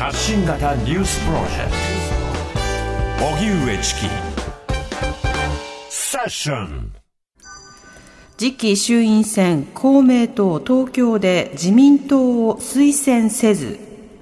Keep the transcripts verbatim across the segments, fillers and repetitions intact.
発信型ニュースプロジェクト荻上チキセッション。 次期衆院選、公明党東京で自民党を推薦せず。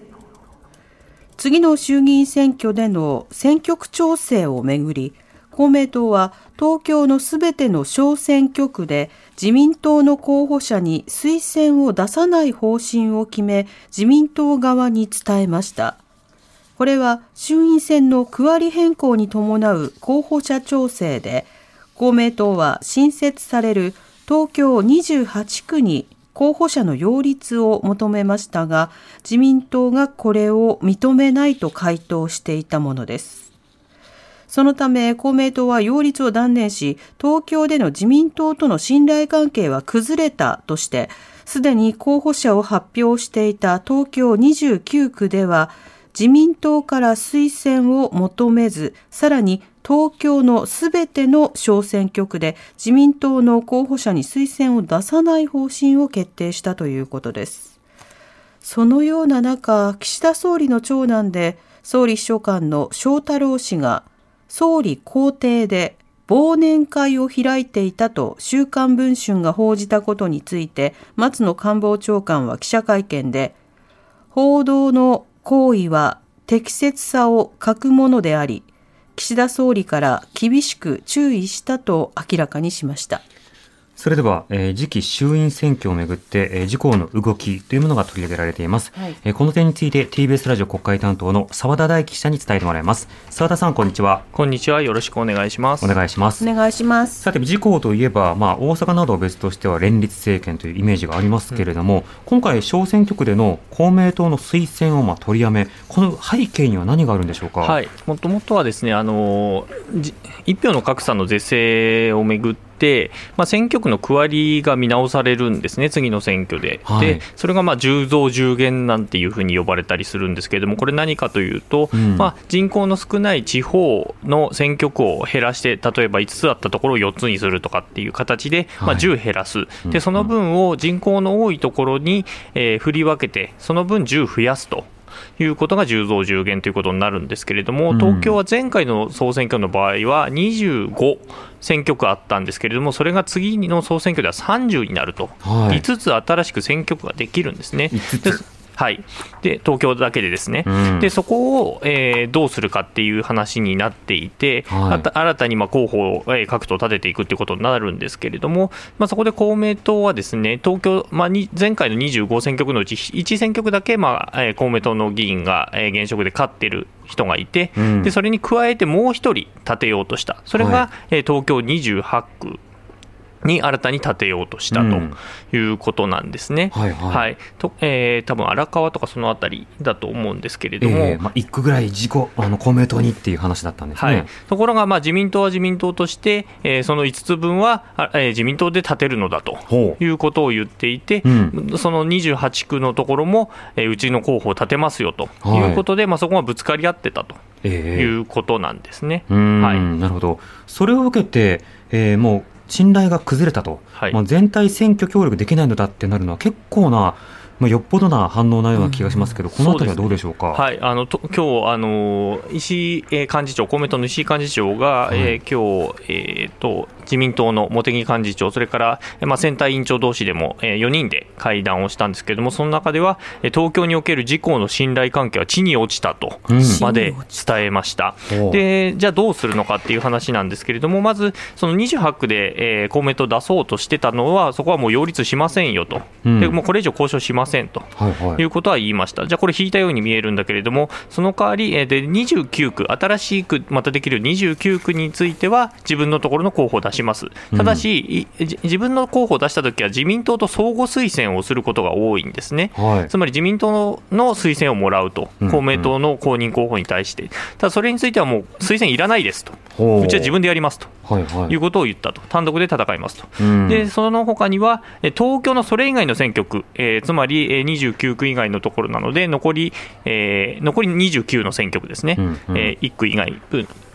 次の衆議院選挙での選挙区調整をめぐり、公明党は東京のすべての小選挙区で自民党の候補者に推薦を出さない方針を決め、自民党側に伝えました。これは衆院選の区割り変更に伴う候補者調整で、公明党は新設される東京にじゅうはちくに候補者の擁立を求めましたが、自民党がこれを認めないと回答していたものです。そのため公明党は擁立を断念し、東京での自民党との信頼関係は崩れたとして、すでに候補者を発表していた東京にじゅうきゅうくでは、自民党から推薦を求めず、さらに東京のすべての小選挙区で自民党の候補者に推薦を出さない方針を決定したということです。そのような中、岸田総理の長男で総理秘書官の翔太郎氏が総理公邸で忘年会を開いていたと週刊文春が報じたことについて、松野官房長官は記者会見で、報道の行為は適切さを欠くものであり、岸田総理から厳しく注意したと明らかにしました。 それでは、えー、次期衆院選挙をめぐって、えー、自公の動きというものが取り上げられています、はい。えー、この点について ティービーエス ラジオ国会担当の澤田大樹記者に伝えてもらいます。澤田さん、こんにちは。 こんにちは、よろしくお願いします。 お願いします。 お願いします。 さて、自公といえば、まあ、大阪などを別としては連立政権というイメージがありますけれども、うん、今回小選挙区での公明党の推薦をまあ取りやめ、この背景には何があるんでしょうか。 はい、もともとはですね、あの一票の格差の是正をめぐってでまあ、選挙区の区割りが見直されるんですね、次の選挙で。はい、でそれがまあじゅう増じゅう減なんていうふうに呼ばれたりするんですけれども、これ何かというと、うんまあ、人口の少ない地方の選挙区を減らして、例えばいつつあったところをよっつにするとかっていう形で、まあ、じゅう減らす、はい、でその分を人口の多いところに、えー、振り分けて、その分じゅう増やすということがじゅう増じゅう減ということになるんですけれども、東京は前回の総選挙の場合はにじゅうご選挙区あったんですけれども、それが次の総選挙ではさんじゅうになると、はい、いつつ新しく選挙区ができるんですね。いつつはい、で東京だけでですね、うん、でそこを、えー、どうするかっていう話になっていて、はい、新たにまあ候補を、えー、各党立てていくということになるんですけれども、まあ、そこで公明党はですね、東京、まあ、に前回のにじゅうご選挙区のうちいち選挙区だけ、まあえー、公明党の議員が、えー、現職で勝っている人がいて、うん、でそれに加えてもう一人立てようとした、それが、はいえー、東京にじゅうはちくに新たに建てようとしたということなんですね。うんはいはいはいとえー、多分荒川とかそのあたりだと思うんですけれども、 えーまあ、いっ区ぐらい自己あの公明党にっていう話だったんですね。はい、 ところが、まあ、自民党は自民党として、えー、そのいつつぶんは、えー、自民党で建てるのだということを言っていて、うん、そのにじゅうはちくのところも、えー、うちの候補を建てますよということで、はいまあ、そこがぶつかり合ってたということなんですね。 えーうんはい、なるほど。それを受けて、えー、もう信頼が崩れたと、はいまあ、全体選挙協力できないのだってなるのは結構な、まあ、よっぽどな反応なような気がしますけど、うん、このあたりはどうでしょうか。 うはい、あのと今日あの石井幹事長、公明党の石井幹事長が、はいえー、今日、えー、と自民党の茂木幹事長、それから、まあ、選対委員長同士でも、えー、よにんで会談をしたんですけれども、その中では東京における自公の信頼関係は地に落ちたとまで伝えました。うん、でじゃあどうするのかっていう話なんですけれども、まずそのにじゅうはちくで、えー、公明党出そうとしてたのは、そこはもう擁立しませんよと、うん、でもうこれ以上交渉しませんと、はいはい、いうことは言いました。じゃあこれ引いたように見えるんだけれども、その代わり、えー、でにじゅうきゅうく、新しくまたできるにじゅうきゅうくについては自分のところの候補を出します。ただし、うん、自分の候補を出したときは自民党と相互推薦をすることが多いんですね。はい、つまり自民党の推薦をもらうと、公明党の公認候補に対して、ただそれについてはもう推薦いらないですと、うちは自分でやりますと、はいはい、いうことを言ったと、単独で戦いますと、うん、でその他には東京のそれ以外の選挙区、えー、つまりにじゅうきゅうく以外のところなので、残り、えー、残りにじゅうきゅうの選挙区ですね、うんうんえー、いっ区以外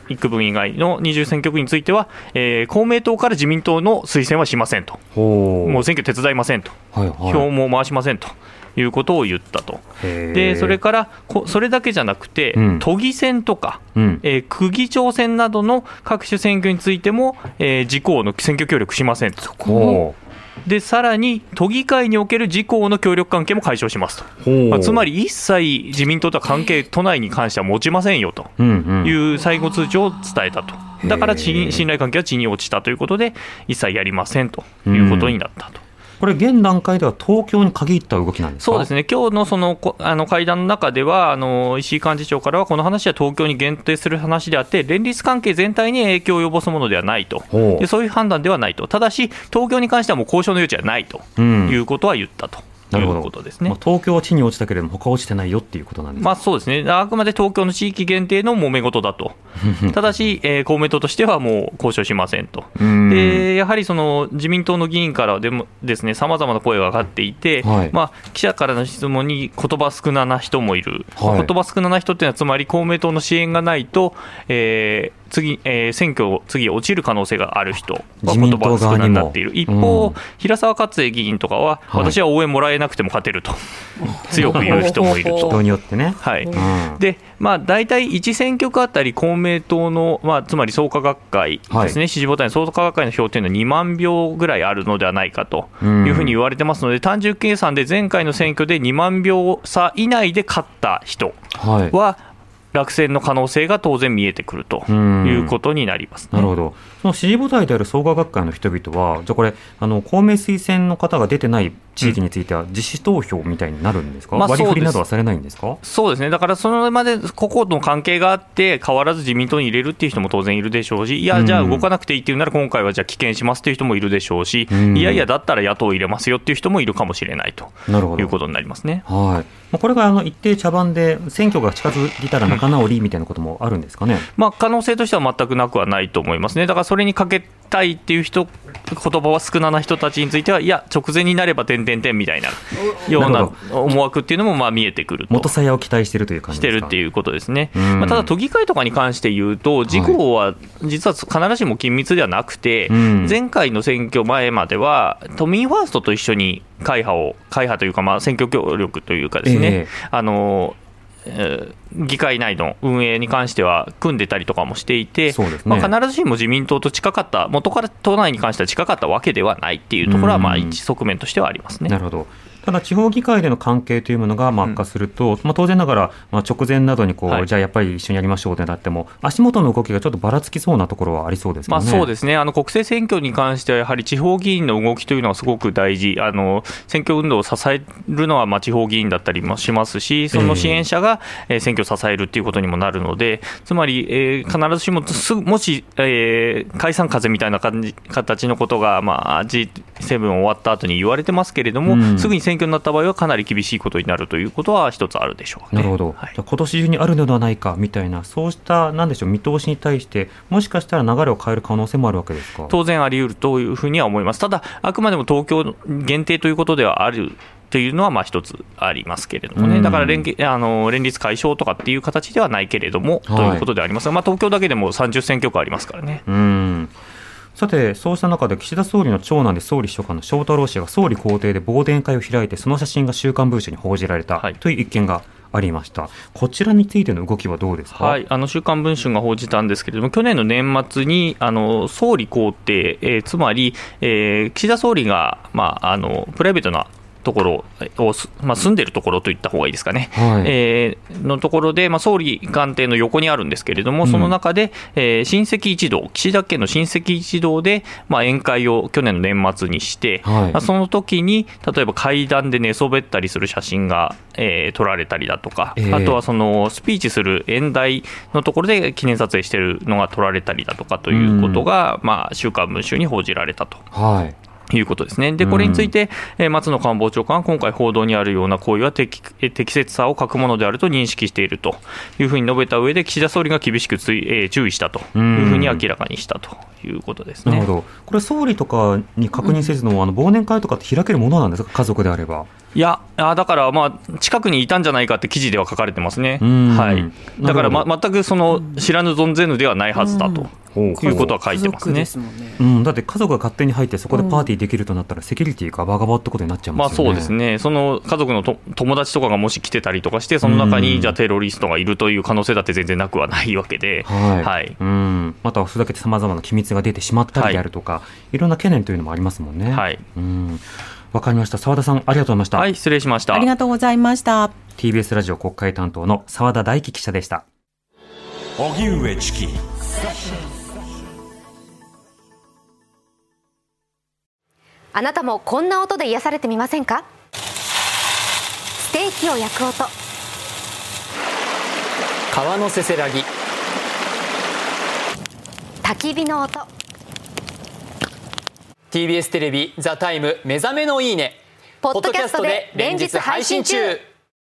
いっ区分以外のにじゅう選挙区については、えー、公明党から自民党の推薦はしませんと、もう選挙手伝いませんと、はいはい、票も回しませんということを言ったと。でそれからそれだけじゃなくて、うん、都議選とか、うんえー、区議長選などの各種選挙についても、えー、自公の選挙協力しませんと。でさらに都議会における自公の協力関係も解消しますと、まあ、つまり一切自民党とは関係都内に関しては持ちませんよという最後通知を伝えたと。だから信頼関係は地に落ちたということで一切やりませんということになったと。 これ現段階では東京に限った動きなんですか。 そうですね、今日のそのあの会談の中ではあの石井幹事長からはこの話は東京に限定する話であって連立関係全体に影響を及ぼすものではないと、でそういう判断ではないと、ただし東京に関してはもう交渉の余地はないということは言ったと。なるほど、いうことですね。 まあ、東京は地に落ちたけれども他は落ちてないよっていうことなんですか。 まあ、そうですね、あくまで東京の地域限定の揉め事だとただし、えー、公明党としてはもう交渉しませんと。でやはりその自民党の議員からでもですね様々な声が上がっていて、はいまあ、記者からの質問に言葉少なな人もいる、はい、言葉少なな人っていうのはつまり公明党の支援がないと、えー次えー、選挙次落ちる可能性がある人は言葉が少なになっている。一方、うん、平沢勝栄議員とかは、はい、私は応援もらえなくても勝てると強く言う人もいると人によってね、 はいうんでまあ、大体いち選挙区あたり公明党の、まあ、つまり創価学会ですね、はい、支持母体の創価学会の票というのはにまん票ぐらいあるのではないかというふうに言われてますので、単純計算で前回の選挙でにまん票差以内で勝った人は、はい落選の可能性が当然見えてくるということになります、ね、 なるほど。その支持母体である創価学会の人々はじゃあこれあの公明推薦の方が出てない地域については自主投票みたいになるんですか、うんまあ、割り振りなどはされないんですか。 そうですね、だからそのまで個々の関係があって変わらず自民党に入れるっていう人も当然いるでしょうし、いやじゃあ動かなくていいっていうなら今回はじゃあ棄権しますっていう人もいるでしょうし、うん、いやいやだったら野党を入れますよっていう人もいるかもしれないということになりますね。 はい、これがあの一定茶番で選挙が近づいたら仲直りみたいなこともあるんですかね。 まあ、可能性としては全くなくはないと思いますね。だからそれにかけたいっていう人言葉は少なな人たちについてはいや直前になれば点々点みたいなような思惑っていうのもまあ見えてくると元さやを期待しているという感じですか。 してるっていうことですね。まあ、ただ都議会とかに関して言うと自公は実は必ずしも緊密ではなくて、はい、前回の選挙前までは都民ファーストと一緒に会派を会派というかまあ選挙協力というかですね、えー、あの議会内の運営に関しては組んでたりとかもしていて、そうですね、まあ、必ずしも自民党と近かった元から党内に関しては近かったわけではないっていうところはまあ一側面としてはありますね。 なるほど。ただ地方議会での関係というものが悪化すると、うんまあ、当然ながら、まあ、直前などにこう、はい、じゃあやっぱり一緒にやりましょうってなっても足元の動きがちょっとばらつきそうなところはありそうですかね。 まあ、そうですね。あの国政選挙に関してはやはり地方議員の動きというのはすごく大事。あの選挙運動を支えるのはまあ地方議員だったりもしますし、その支援者が選挙を支えるっていうことにもなるので、つまり、えー、必ずしもすもし、えー、解散風みたいな感じ形のことが、まあ、ジーセブン 終わった後に言われてますけれども、うん、すぐに選挙になった場合はかなり厳しいことになるということは一つあるでしょうね。 なるほど、はい、今年中にあるのではないかみたいなそうしたなんでしょう見通しに対してもしかしたら流れを変える可能性もあるわけですか。 当然あり得るというふうには思います。ただあくまでも東京限定ということではあるというのはまあ一つありますけれどもね、だから 連, あの連立解消とかっていう形ではないけれども、はい、ということでありますが、まあ、東京だけでもさんじゅっ選挙区ありますからね。 うんさてそうした中で岸田総理の長男で総理秘書官の翔太郎氏が総理公邸で忘年会を開いてその写真が週刊文春に報じられたという一件がありました、はい、こちらについての動きはどうですか。 はい、あの週刊文春が報じたんですけれども去年の年末にあの総理公邸、えー、つまり、えー、岸田総理が、まあ、あのプライベートなところを、まあ、住んでいるところといった方がいいですかね、はいえー、のところで、まあ、総理官邸の横にあるんですけれども、その中で、えー、親戚一同、岸田家の親戚一同で、まあ、宴会を去年の年末にして、はいまあ、その時に例えば階段で寝そべったりする写真が、えー、撮られたりだとか、えー、あとはそのスピーチする演台のところで記念撮影しているのが撮られたりだとかということが、うんまあ、週刊文春に報じられたと。 はいいうことですね。でこれについて、うん、松野官房長官は今回報道にあるような行為は 適, 適切さを欠くものであると認識しているというふうに述べた上で、岸田総理が厳しくつい、えー、注意したというふうに明らかにしたということですね。 なるほど。これ総理とかに確認せずの、うん、あの忘年会とかって開けるものなんですか、家族であれば。 いや、だから、まあ、近くにいたんじゃないかって記事では書かれてますね。はい、だから、ま、全くその知らぬ存ぜぬではないはずだと、うん、いうことは書いてますね。 うん、だって家族が勝手に入ってそこでパーティーできるとなったら、セキュリティガバガバってことになっちゃいますよね。 まあ、そうですね。その家族のと友達とかがもし来てたりとかして、その中にじゃあテロリストがいるという可能性だって全然なくはないわけで、 はいはい、うん、またはふざけてさまざまな機密が出てしまったりであるとか、はい、いろんな懸念というのもありますもんね。 はい、 うん、わかりました。澤田さん、ありがとうございました。 はい、失礼しました。 ありがとうございました。 ティービーエス ラジオ国会担当の澤田大樹記者でした。 荻上チキ。 あなたもこんな音で癒されてみませんか？ステーキを焼く音、 川のせせらぎ、 焚き火の音。 ティービーエス テレビザタイム目覚めのいいね、 ポッドキャストで連日配信中。